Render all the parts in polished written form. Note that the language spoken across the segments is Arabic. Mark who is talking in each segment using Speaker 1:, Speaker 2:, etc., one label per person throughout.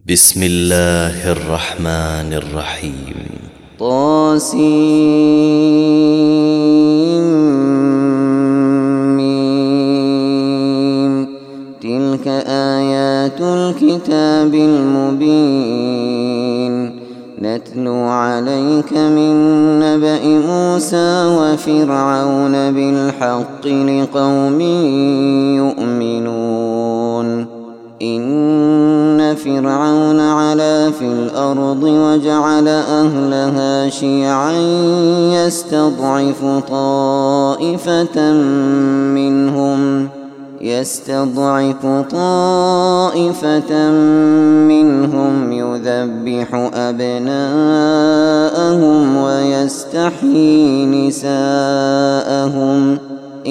Speaker 1: بسم الله الرحمن الرحيم
Speaker 2: طاسيم تلك آيات الكتاب المبين نتلو عليك من نبأ موسى وفرعون بالحق لقوم يؤمنون إن فرعون علا في الأرض وجعل أهلها شيعا يستضعف طائفة منهم يذبح أبناءهم ويستحيي نساءهم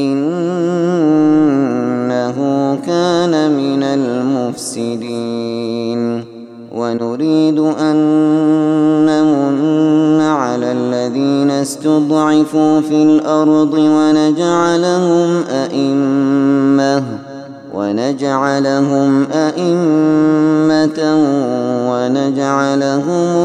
Speaker 2: إنه كان من المفسدين ونريد أن نمن على الذين استضعفوا في الأرض ونجعلهم أئمة ونجعلهم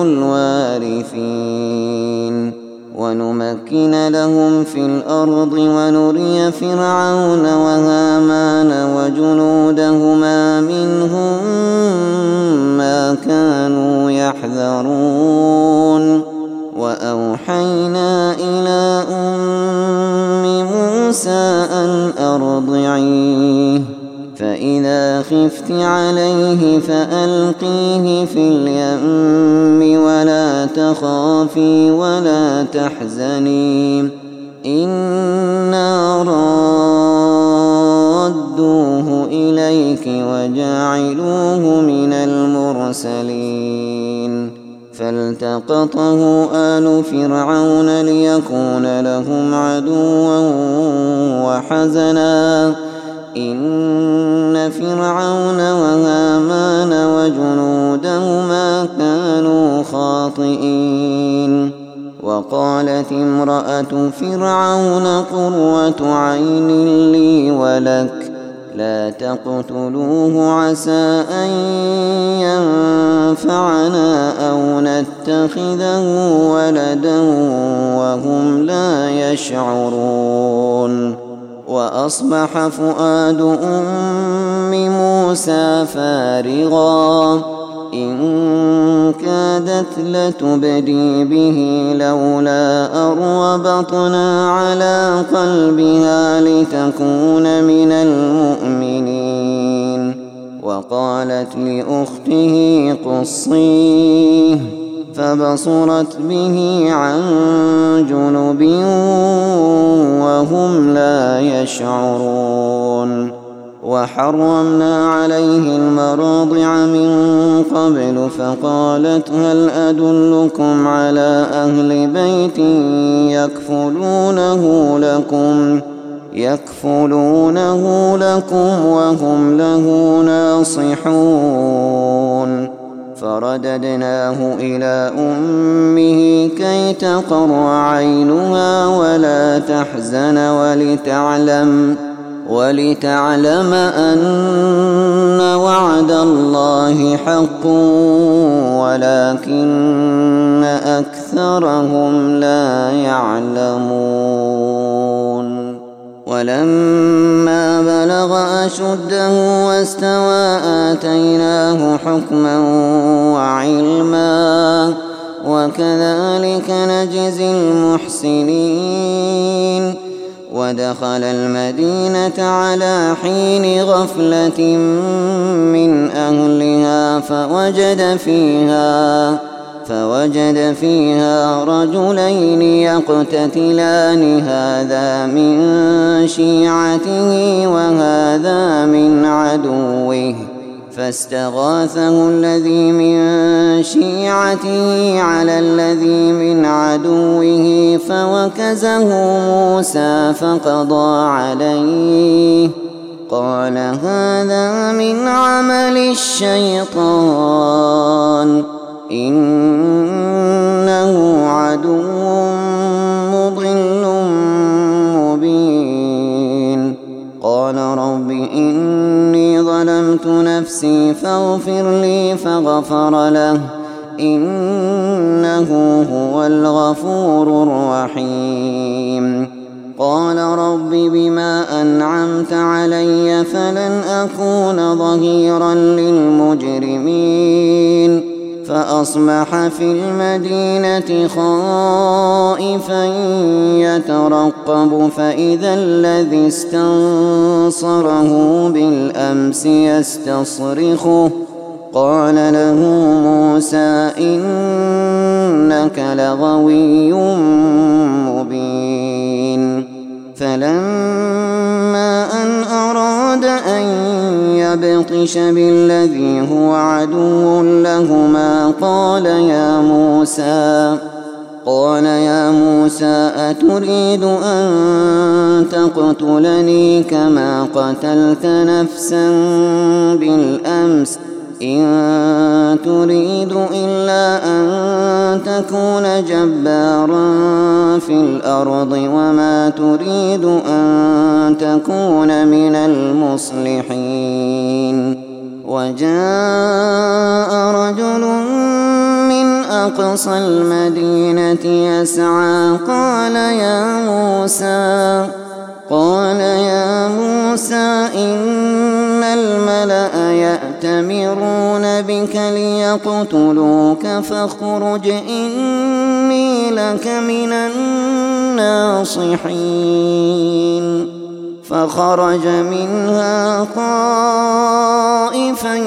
Speaker 2: الوارثين ونمكن لهم في الأرض ونري فرعون وهامان وجنودهما منهم ما كانوا يحذرون وأوحينا إلى أم موسى أن أرضعيه فإذا خفت عليه فألقيه في اليم ولا تخافي ولا تحزني إنا رادوه إليك وجاعلوه من المرسلين فالتقطه آل فرعون ليكون لهم عدوا وحزنا إن فرعون وهامان وجنودهما كانوا خاطئين وقالت امرأة فرعون قرة عين لي ولك لا تقتلوه عسى أن ينفعنا أو نتخذه ولدا وهم لا يشعرون وأصبح فؤاد أم موسى فارغا إن كادت لتبدي به لولا أن ربطنا على قلبها لتكون من المؤمنين وقالت لأخته قصيه فبصرت به عن جنب وهم لا يشعرون وحرمنا عليه المراضع من قبل فقالت هل أدلكم على أهل بيت يكفلونه لكم وهم له ناصحون فرددناه إلى أمه كي تقر عينها ولا تحزن ولتعلم أن وعد الله حق ولكن أكثرهم لا يعلمون ولما بلغ أشده واستوى آتيناه حكما وعلما وكذلك نجزي المحسنين ودخل المدينة على حين غفلة من أهلها فوجد فيها رجلين يقتتلان هذا من شيعته وهذا من عدوه فاستغاثه الذي من شيعته على الذي من عدوه فوكزه موسى فقضى عليه قال هذا من عمل الشيطان إنه عدو مضل مبين قال رب إني ظلمت نفسي فاغفر لي فغفر له إنه هو الغفور الرحيم. قال رب بما أنعمت علي فلن أكون ظهيرا للمجرمين. فأصبح في المدينة خائفا يترقب فإذا الذي استنصره بالأمس يستصرخه. قال له موسى إنك لغوي مبين. فلما أن أراد أن يبطش بالذي هو عدو لهما قال يا موسى أتريد أن تقتلني كما قتلت نفسا بالأمس إن تريد إلا أن تكون جبارا في الأرض وما تريد أن تكون من المصلحين. وجاء رجل من أقصى المدينة يسعى قال يا موسى إن الملأ يأتمرون بك ليقتلوك فاخرج إني لك من الناصحين. فخرج منها خائفا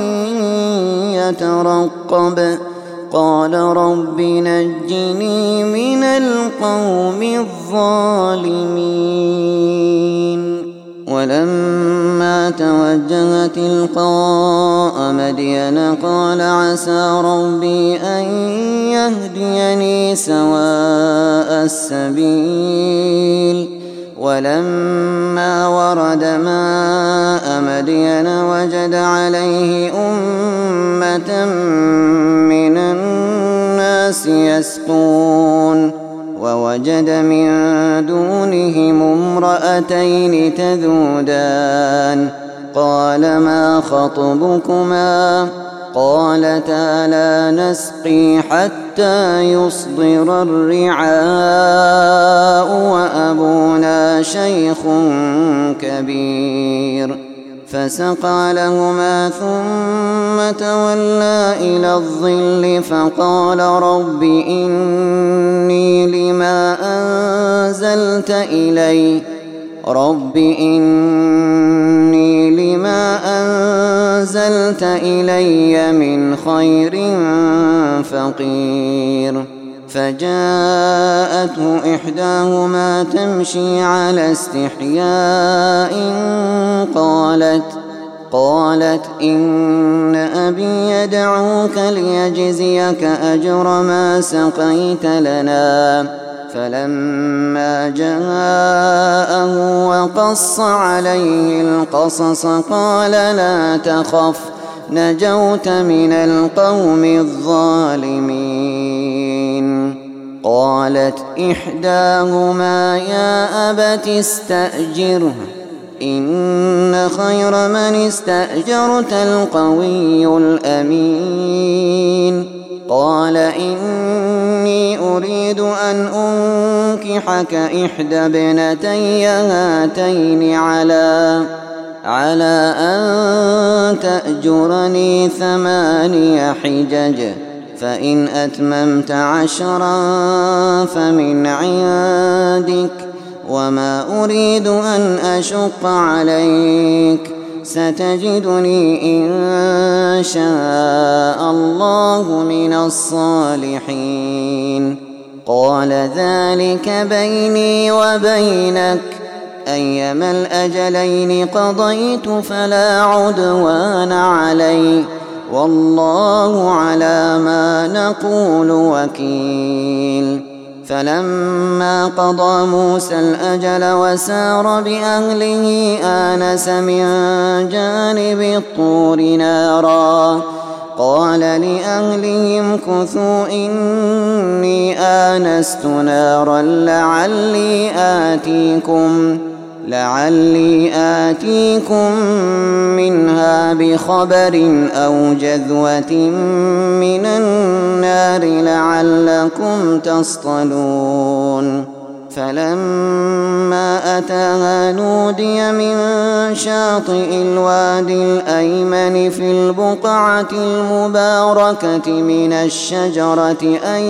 Speaker 2: يترقب قال رب نجني من القوم الظالمين. ولما توجه تلقاء مدين قال عسى ربي أن يهديني سواء السبيل. ولما ورد ماء مدين وجد عليه أمة من الناس يسقون ووجد من دونهم امرأتين تذودان قال ما خطبكما قالتا لا نسقي حتى يصدر الرعاء وأبونا شيخ كبير. فسقى لهما ثم تولى إلى الظل فقال رب إني لما أنزلت إلي من خير فقير. فجاءته إحداهما تمشي على استحياء قالت إن أبي يدعوك ليجزيك أجر ما سقيت لنا. فلما جاءه وقص عليه القصص قال لا تخف نجوت من القوم الظالمين. قالت إحداهما يا أبت استأجره إن خير من استأجرت القوي الأمين. قال إني أريد أن أنكحك إحدى ابنتي هاتين على أن تأجرني 8 حجج فإن أتممت 10 فمن عندك وما أريد أن أشق عليك ستجدني إن شاء الله من الصالحين. قال ذلك بيني وبينك أيما الأجلين قضيت فلا عدوان علي والله على ما نقول وكيل. فلما قضى موسى الأجل وسار بأهله آنس من جانب الطور نارا قال لأهلهم كثوا إني آنست نارا لعلي آتيكم منها بخبر أو جذوة من النار لعلكم تصطلون فلما أتاها نودي من شاطئ الوادي الأيمن في البقعة المباركة من الشجرة أن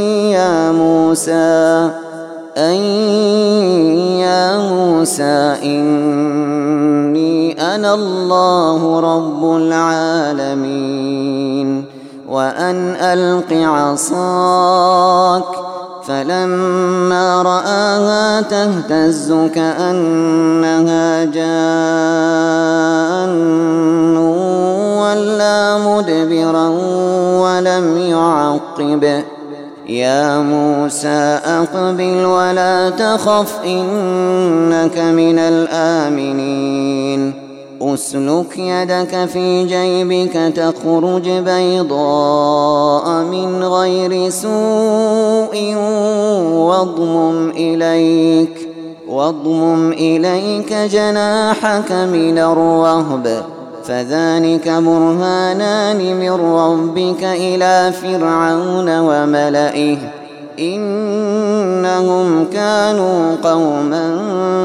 Speaker 2: يا موسى إني أنا الله رب العالمين وأن ألق عصاك فلما رآها تهتز كأنها جان ولا مدبرا ولم يعقب يا موسى أقبل ولا تخف إنك من الآمنين أسلك يدك في جيبك تخرج بيضاء من غير سوء واضمم إليك جناحك من الرهب فذلك برهانان من ربك إلى فرعون وملئه إنهم كانوا قوما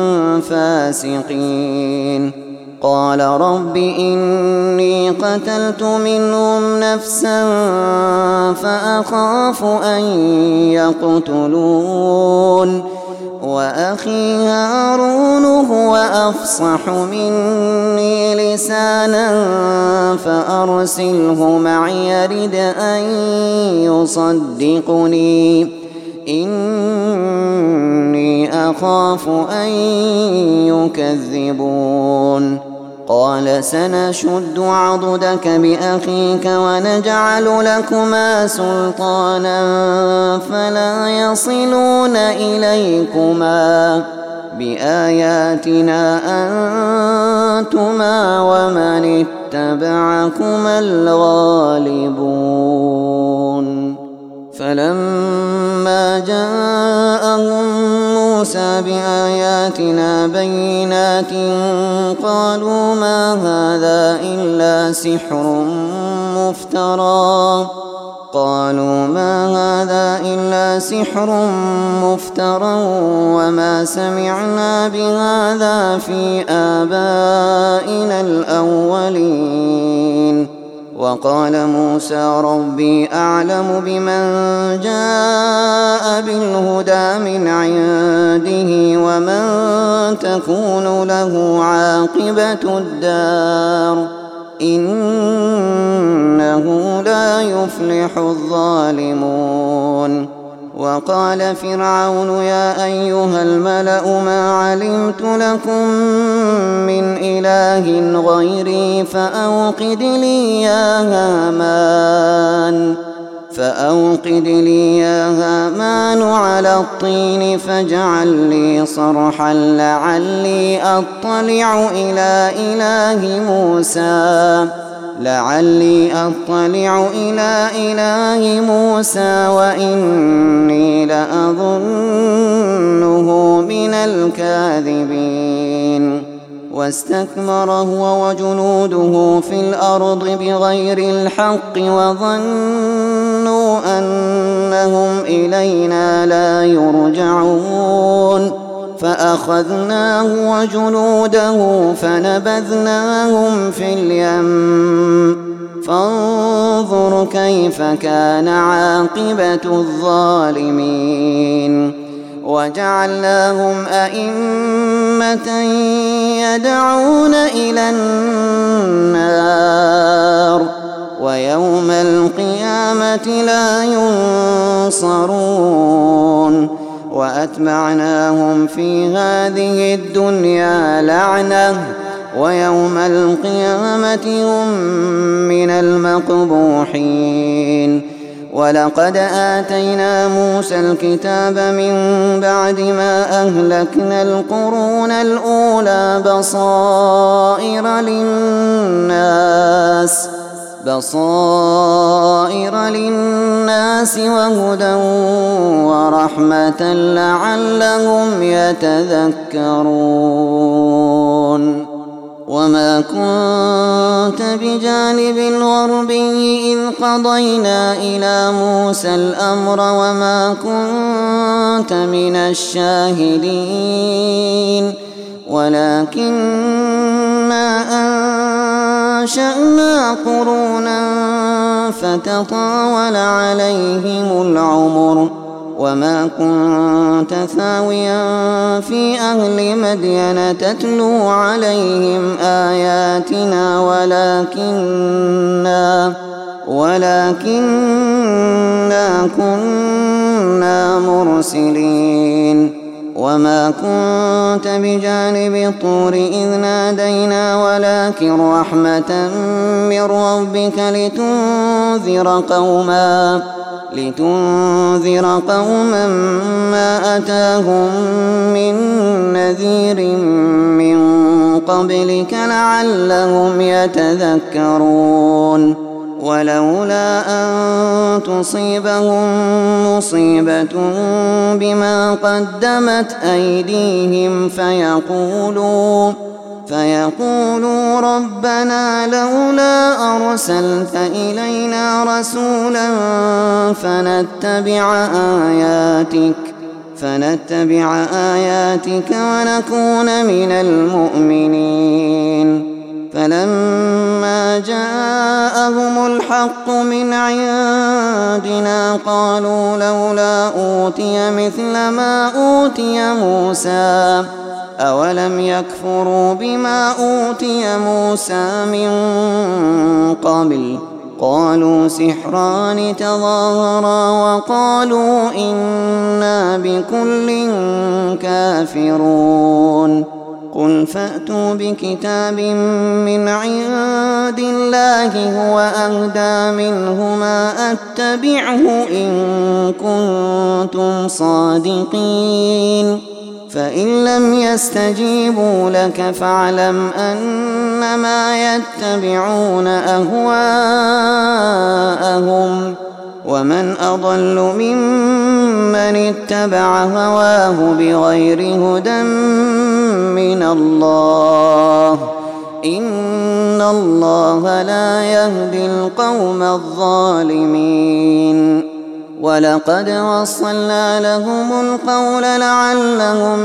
Speaker 2: فاسقين قال رب إني قتلت منهم نفسا فأخاف أن يقتلون وأخي هارون هو أفصح مني لسانا فأرسله معي يرد أن يصدقني إني أخاف أن يكذبون قال سنشد عضدك بأخيك ونجعل لكما سلطانا فلا يصلون إليكما بآياتنا أنتما ومن اتبعكما الغالبون فلما جاءهم موسى بآياتنا بينات قالوا ما هذا إلا سحر مفترى وما سمعنا بهذا في آبائنا الأولين وقال موسى ربي أعلم بمن جاء بالهدى من عنده ومن تكون له عاقبة الدار إنه لا يفلح الظالمون وقال فرعون يا أيها الملأ ما علمت لكم من إله غيري فأوقد لي يا هامان على الطين فاجعل لي صرحا لعلي أطلع إلى إله موسى وإني لأظنه من الكاذبين واستكبر هو وجنوده في الأرض بغير الحق وظنوا أنهم إلينا لا يرجعون فأخذناه وجنوده فنبذناهم في اليم فانظر كيف كان عاقبة الظالمين وجعلناهم أئمة يدعون إلى النار ويوم القيامة لا ينصرون وأتبعناهم في هذه الدنيا لعنة ويوم القيامة هم من المقبوحين ولقد آتينا موسى الكتاب من بعد ما أهلكنا القرون الأولى بصائر للناس الناس وهدى ورحمة لعلهم يتذكرون وما كنت بجانب الغربي إذ قضينا إلى موسى الأمر وما كنت من الشاهدين ولكننا أنشأنا قرونا فتطاول عليهم العمر وما كنت ثاويا في أهل مدين تتلو عليهم آياتنا ولكننا كنا مرسلين وما كنت بجانب الطور إذ نادينا ولكن رحمة من ربك لتنذر قوما ما أتاهم من نذير من قبلك لعلهم يتذكرون ولولا أن تصيبهم مصيبة بما قدمت أيديهم فيقولوا ربنا لولا أرسلت إلينا رسولا فنتبع آياتك ونكون من المؤمنين فلما جاءهم الحق من عندنا قالوا لولا أوتي مثل ما أوتي موسى أولم يكفروا بما أوتي موسى من قبل قالوا سحران تظاهرا وقالوا إنا بكل كافرون قل فأتوا بكتاب من عند الله هو أهدى منه ما أتبعه إن كنتم صادقين فإن لم يستجيبوا لك فاعلم أنما يتبعون أهواءهم ومن أضل ممن اتبع هواه بغير هدى من الله إن الله لا يهدي القوم الظالمين ولقد وصلنا لهم القول لعلهم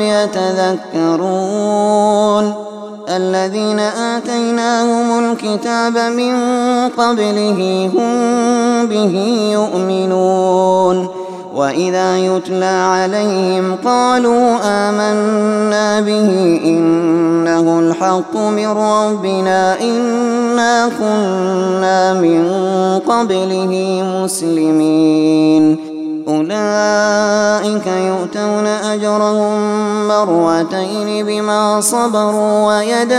Speaker 2: يتذكرون الذين آتيناهم الكتاب من قبله هم به يؤمنون وإذا يتلى عليهم قالوا آمنا به إنه الحق من ربنا إنا كنا من قبله مسلمين أولئك يؤتون أجرهم مرتين بما صبروا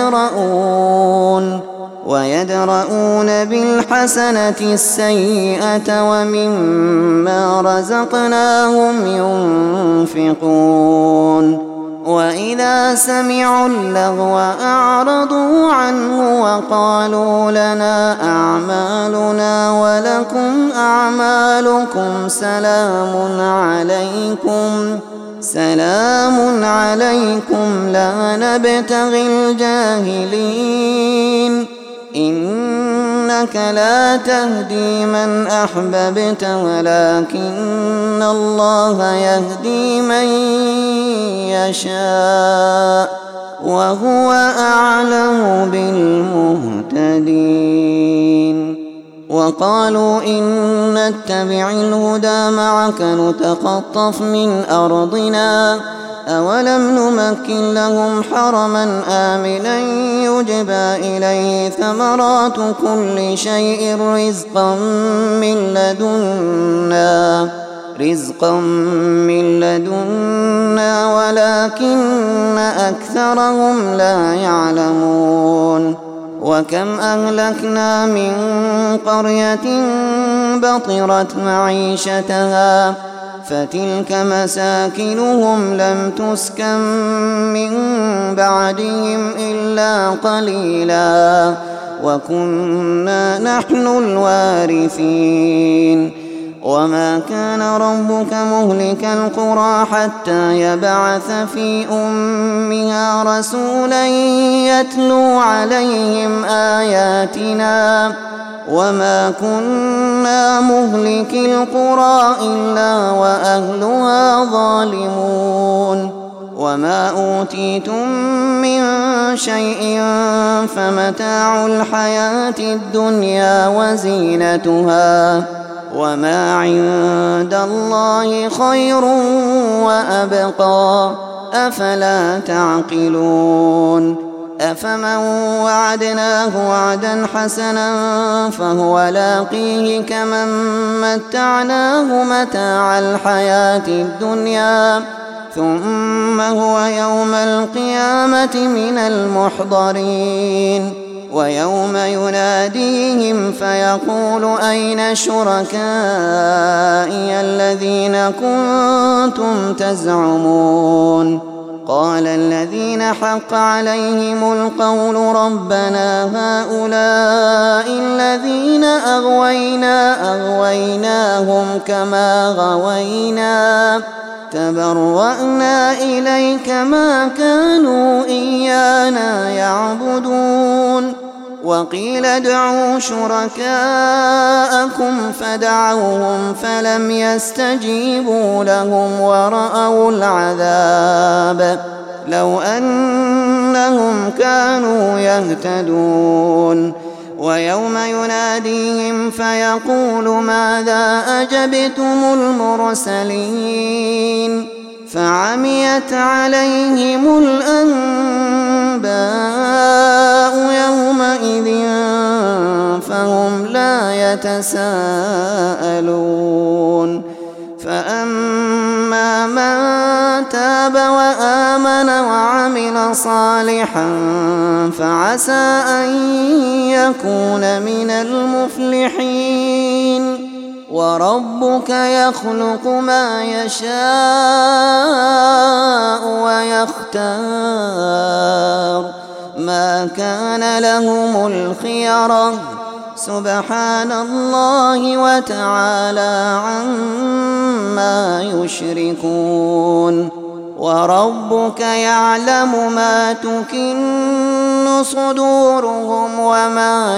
Speaker 2: ويدرؤون بالحسنة السيئة ومما رزقناهم ينفقون وإذا سمعوا اللغو أعرضوا عنه وقالوا لنا أعمالنا ولكم أعمالكم سلام عليكم لا نبتغي الجاهلين إنك لا تهدي من أحببت ولكن الله يهدي من يشاء وهو أعلم بالمهتدين وقالوا إن نتبع الهدى معك نتخطف من أرضنا أولم نمكن لهم حرما آمنا يجبى إليه ثمرات كل شيء رزقا من لدنا ولكن أكثرهم لا يعلمون وكم أهلكنا من قرية بطرت معيشتها فتلك مساكنهم لم تسكن من بعدهم إلا قليلا وكنا نحن الوارثين وما كان ربك مهلك القرى حتى يبعث في أمها رسولا يتلو عليهم آياتنا وما كنا مهلك القرى إلا وأهلها ظالمون وما أوتيتم من شيء فمتاع الحياة الدنيا وزينتها وما عند الله خير وأبقى أفلا تعقلون أفمن وعدناه وعدا حسنا فهو لاقيه كمن متعناه متاع الحياة الدنيا ثم هو يوم القيامة من المحضرين ويوم يناديهم فيقول أين شركائي الذين كنتم تزعمون قال الذين حق عليهم القول ربنا هؤلاء الذين أغويناهم كما غوينا تبرأنا إليك ما كانوا إيانا يعبدون وقيل ادعوا شركاءكم فدعوهم فلم يستجيبوا لهم ورأوا العذاب لو أنهم كانوا يهتدون ويوم يناديهم فيقول ماذا أجبتم المرسلين فعميت عليهم الأنباء يومئذ فهم لا يتساءلون فأما من تاب وآمن وعمل صالحا فعسى أن يكون من المفلحين وربك يخلق ما يشاء ويختار ما كان لهم الخيرة سبحان الله وتعالى عما يشركون وربك يعلم ما تكن صدورهم وما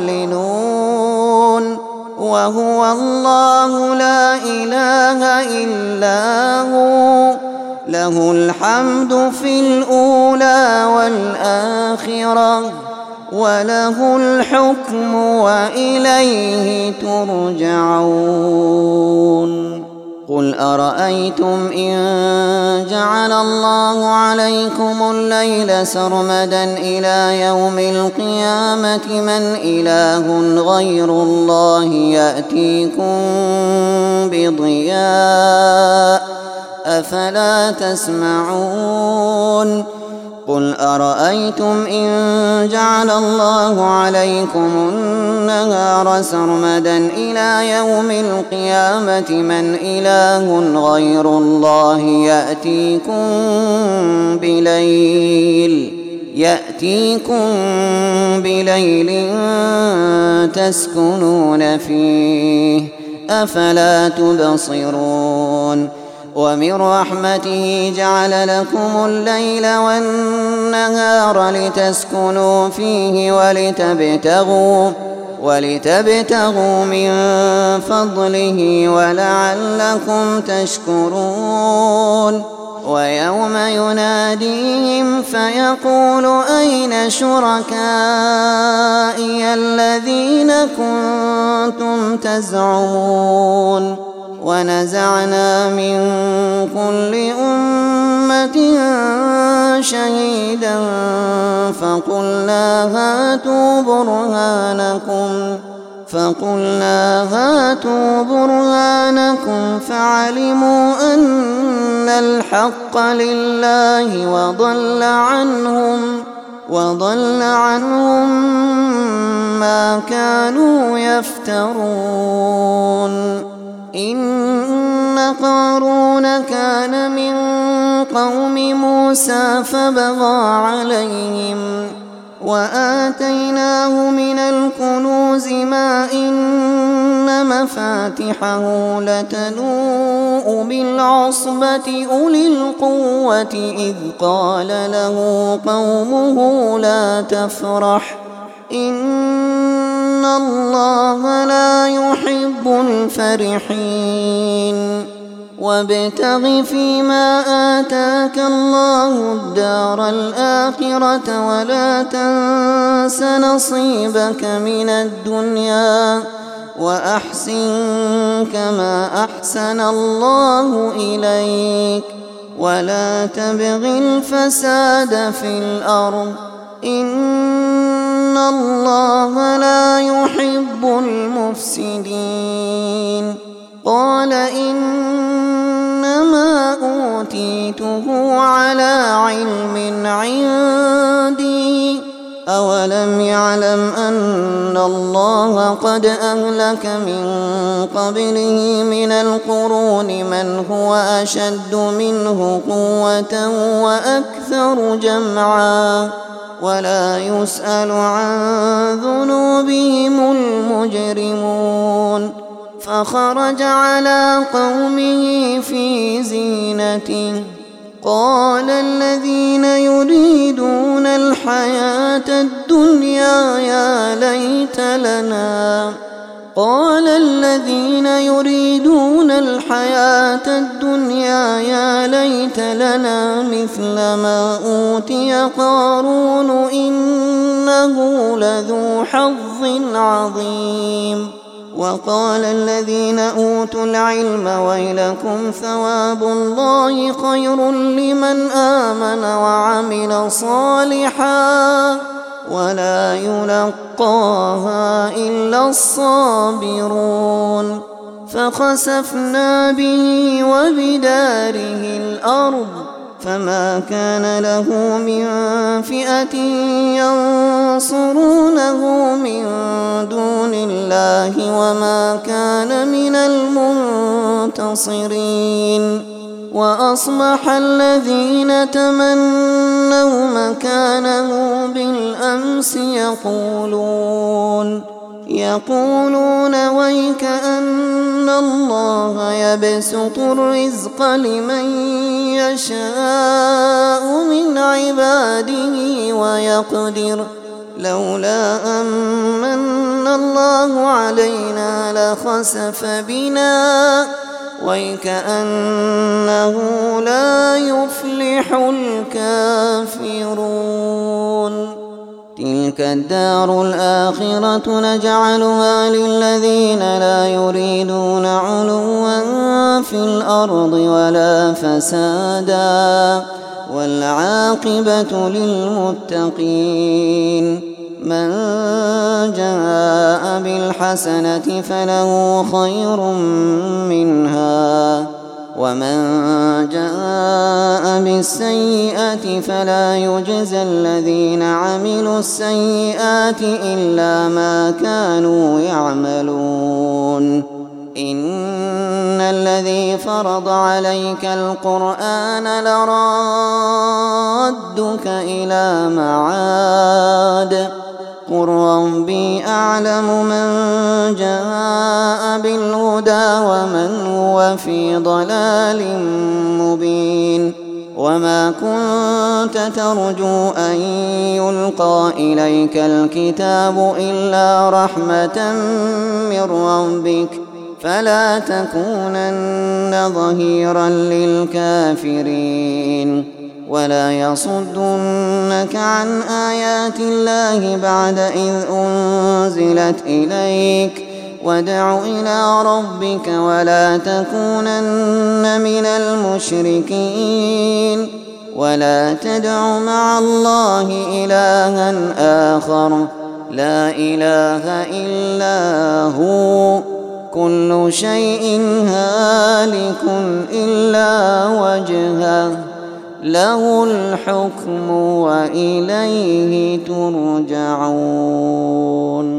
Speaker 2: يعلنون وهو الله لا إله إلا هو له الحمد في الأولى والآخرة وله الحكم وإليه ترجعون قل أرأيتم إن جعل الله عليكم الليل سرمدا إلى يوم القيامة من إله غير الله يأتيكم بضياء أفلا تسمعون قل أرأيتم إن جعل الله عليكم النهار سرمدا إلى يوم القيامة من إله غير الله يأتيكم بليل تسكنون فيه أفلا تبصرون ومن رحمته جعل لكم الليل والنهار لتسكنوا فيه ولتبتغوا من فضله ولعلكم تشكرون ويوم يناديهم فيقول أين شركائي الذين كنتم تزعمون ونزعنا من كل أمة شهيدا فقلنا هاتوا برهانكم فعلموا أن الحق لله وضل عنهم ما كانوا يفترون إن قارون كان من قوم موسى فبغى عليهم وآتيناه من الكنوز ما إن مفاتحه لتنوء بالعصبة أولي القوة إذ قال له قومه لا تفرح إن الله لا يحب الفرحين وابتغ فيما آتاك الله الدار الآخرة ولا تنس نصيبك من الدنيا وأحسن كما أحسن الله إليك ولا تبغ الفساد في الأرض إن الله لا يحب المفسدين قال إنما أوتيته على علم عندي أولم يعلم أن الله قد أهلك من قبله من القرون من هو أشد منه قوة وأكثر جمعا ولا يسأل عن ذنوبهم المجرمون فخرج على قومه في زينته قال الذين يريدون الحياة الدنيا يا ليت لنا مثل ما أوتي قارون إنه لذو حظ عظيم وقال الذين أوتوا العلم ويلكم ثواب الله خير لمن آمن وعمل صالحا ولا يلقاها إلا الصابرون فخسفنا به وبداره الأرض فما كان له من فئة ينصرونه من دون الله وما كان من المنتصرين وأصبح الذين تمنوا مكانه بالأمس يقولون ويكأن الله يبسط الرزق لمن يشاء من عباده ويقدر لولا أمن الله علينا لخسف بنا ويكأنه لا يفلح الكافرون تلك الدار الآخرة نجعلها للذين لا يريدون علوا في الأرض ولا فسادا والعاقبة للمتقين من جاء بالحسنة فله خير منها ومن جاء بالسيئة فلا يجزى الذين عملوا السيئات إلا ما كانوا يعملون إن الذي فرض عليك القرآن لرادك إلى معاد قل ربي أعلم من جاء بالهدى ومن هو في ضلال مبين وما كنت ترجو أن يلقى إليك الكتاب إلا رحمة من ربك فلا تكونن ظهيرا للكافرين ولا يصدنك عن آيات الله بعد إذ أنزلت إليك وادع إلى ربك ولا تكونن من المشركين ولا تدع مع الله إلها آخر لا إله إلا هو كل شيء هالك إلا وجهه له الحكم وإليه ترجعون.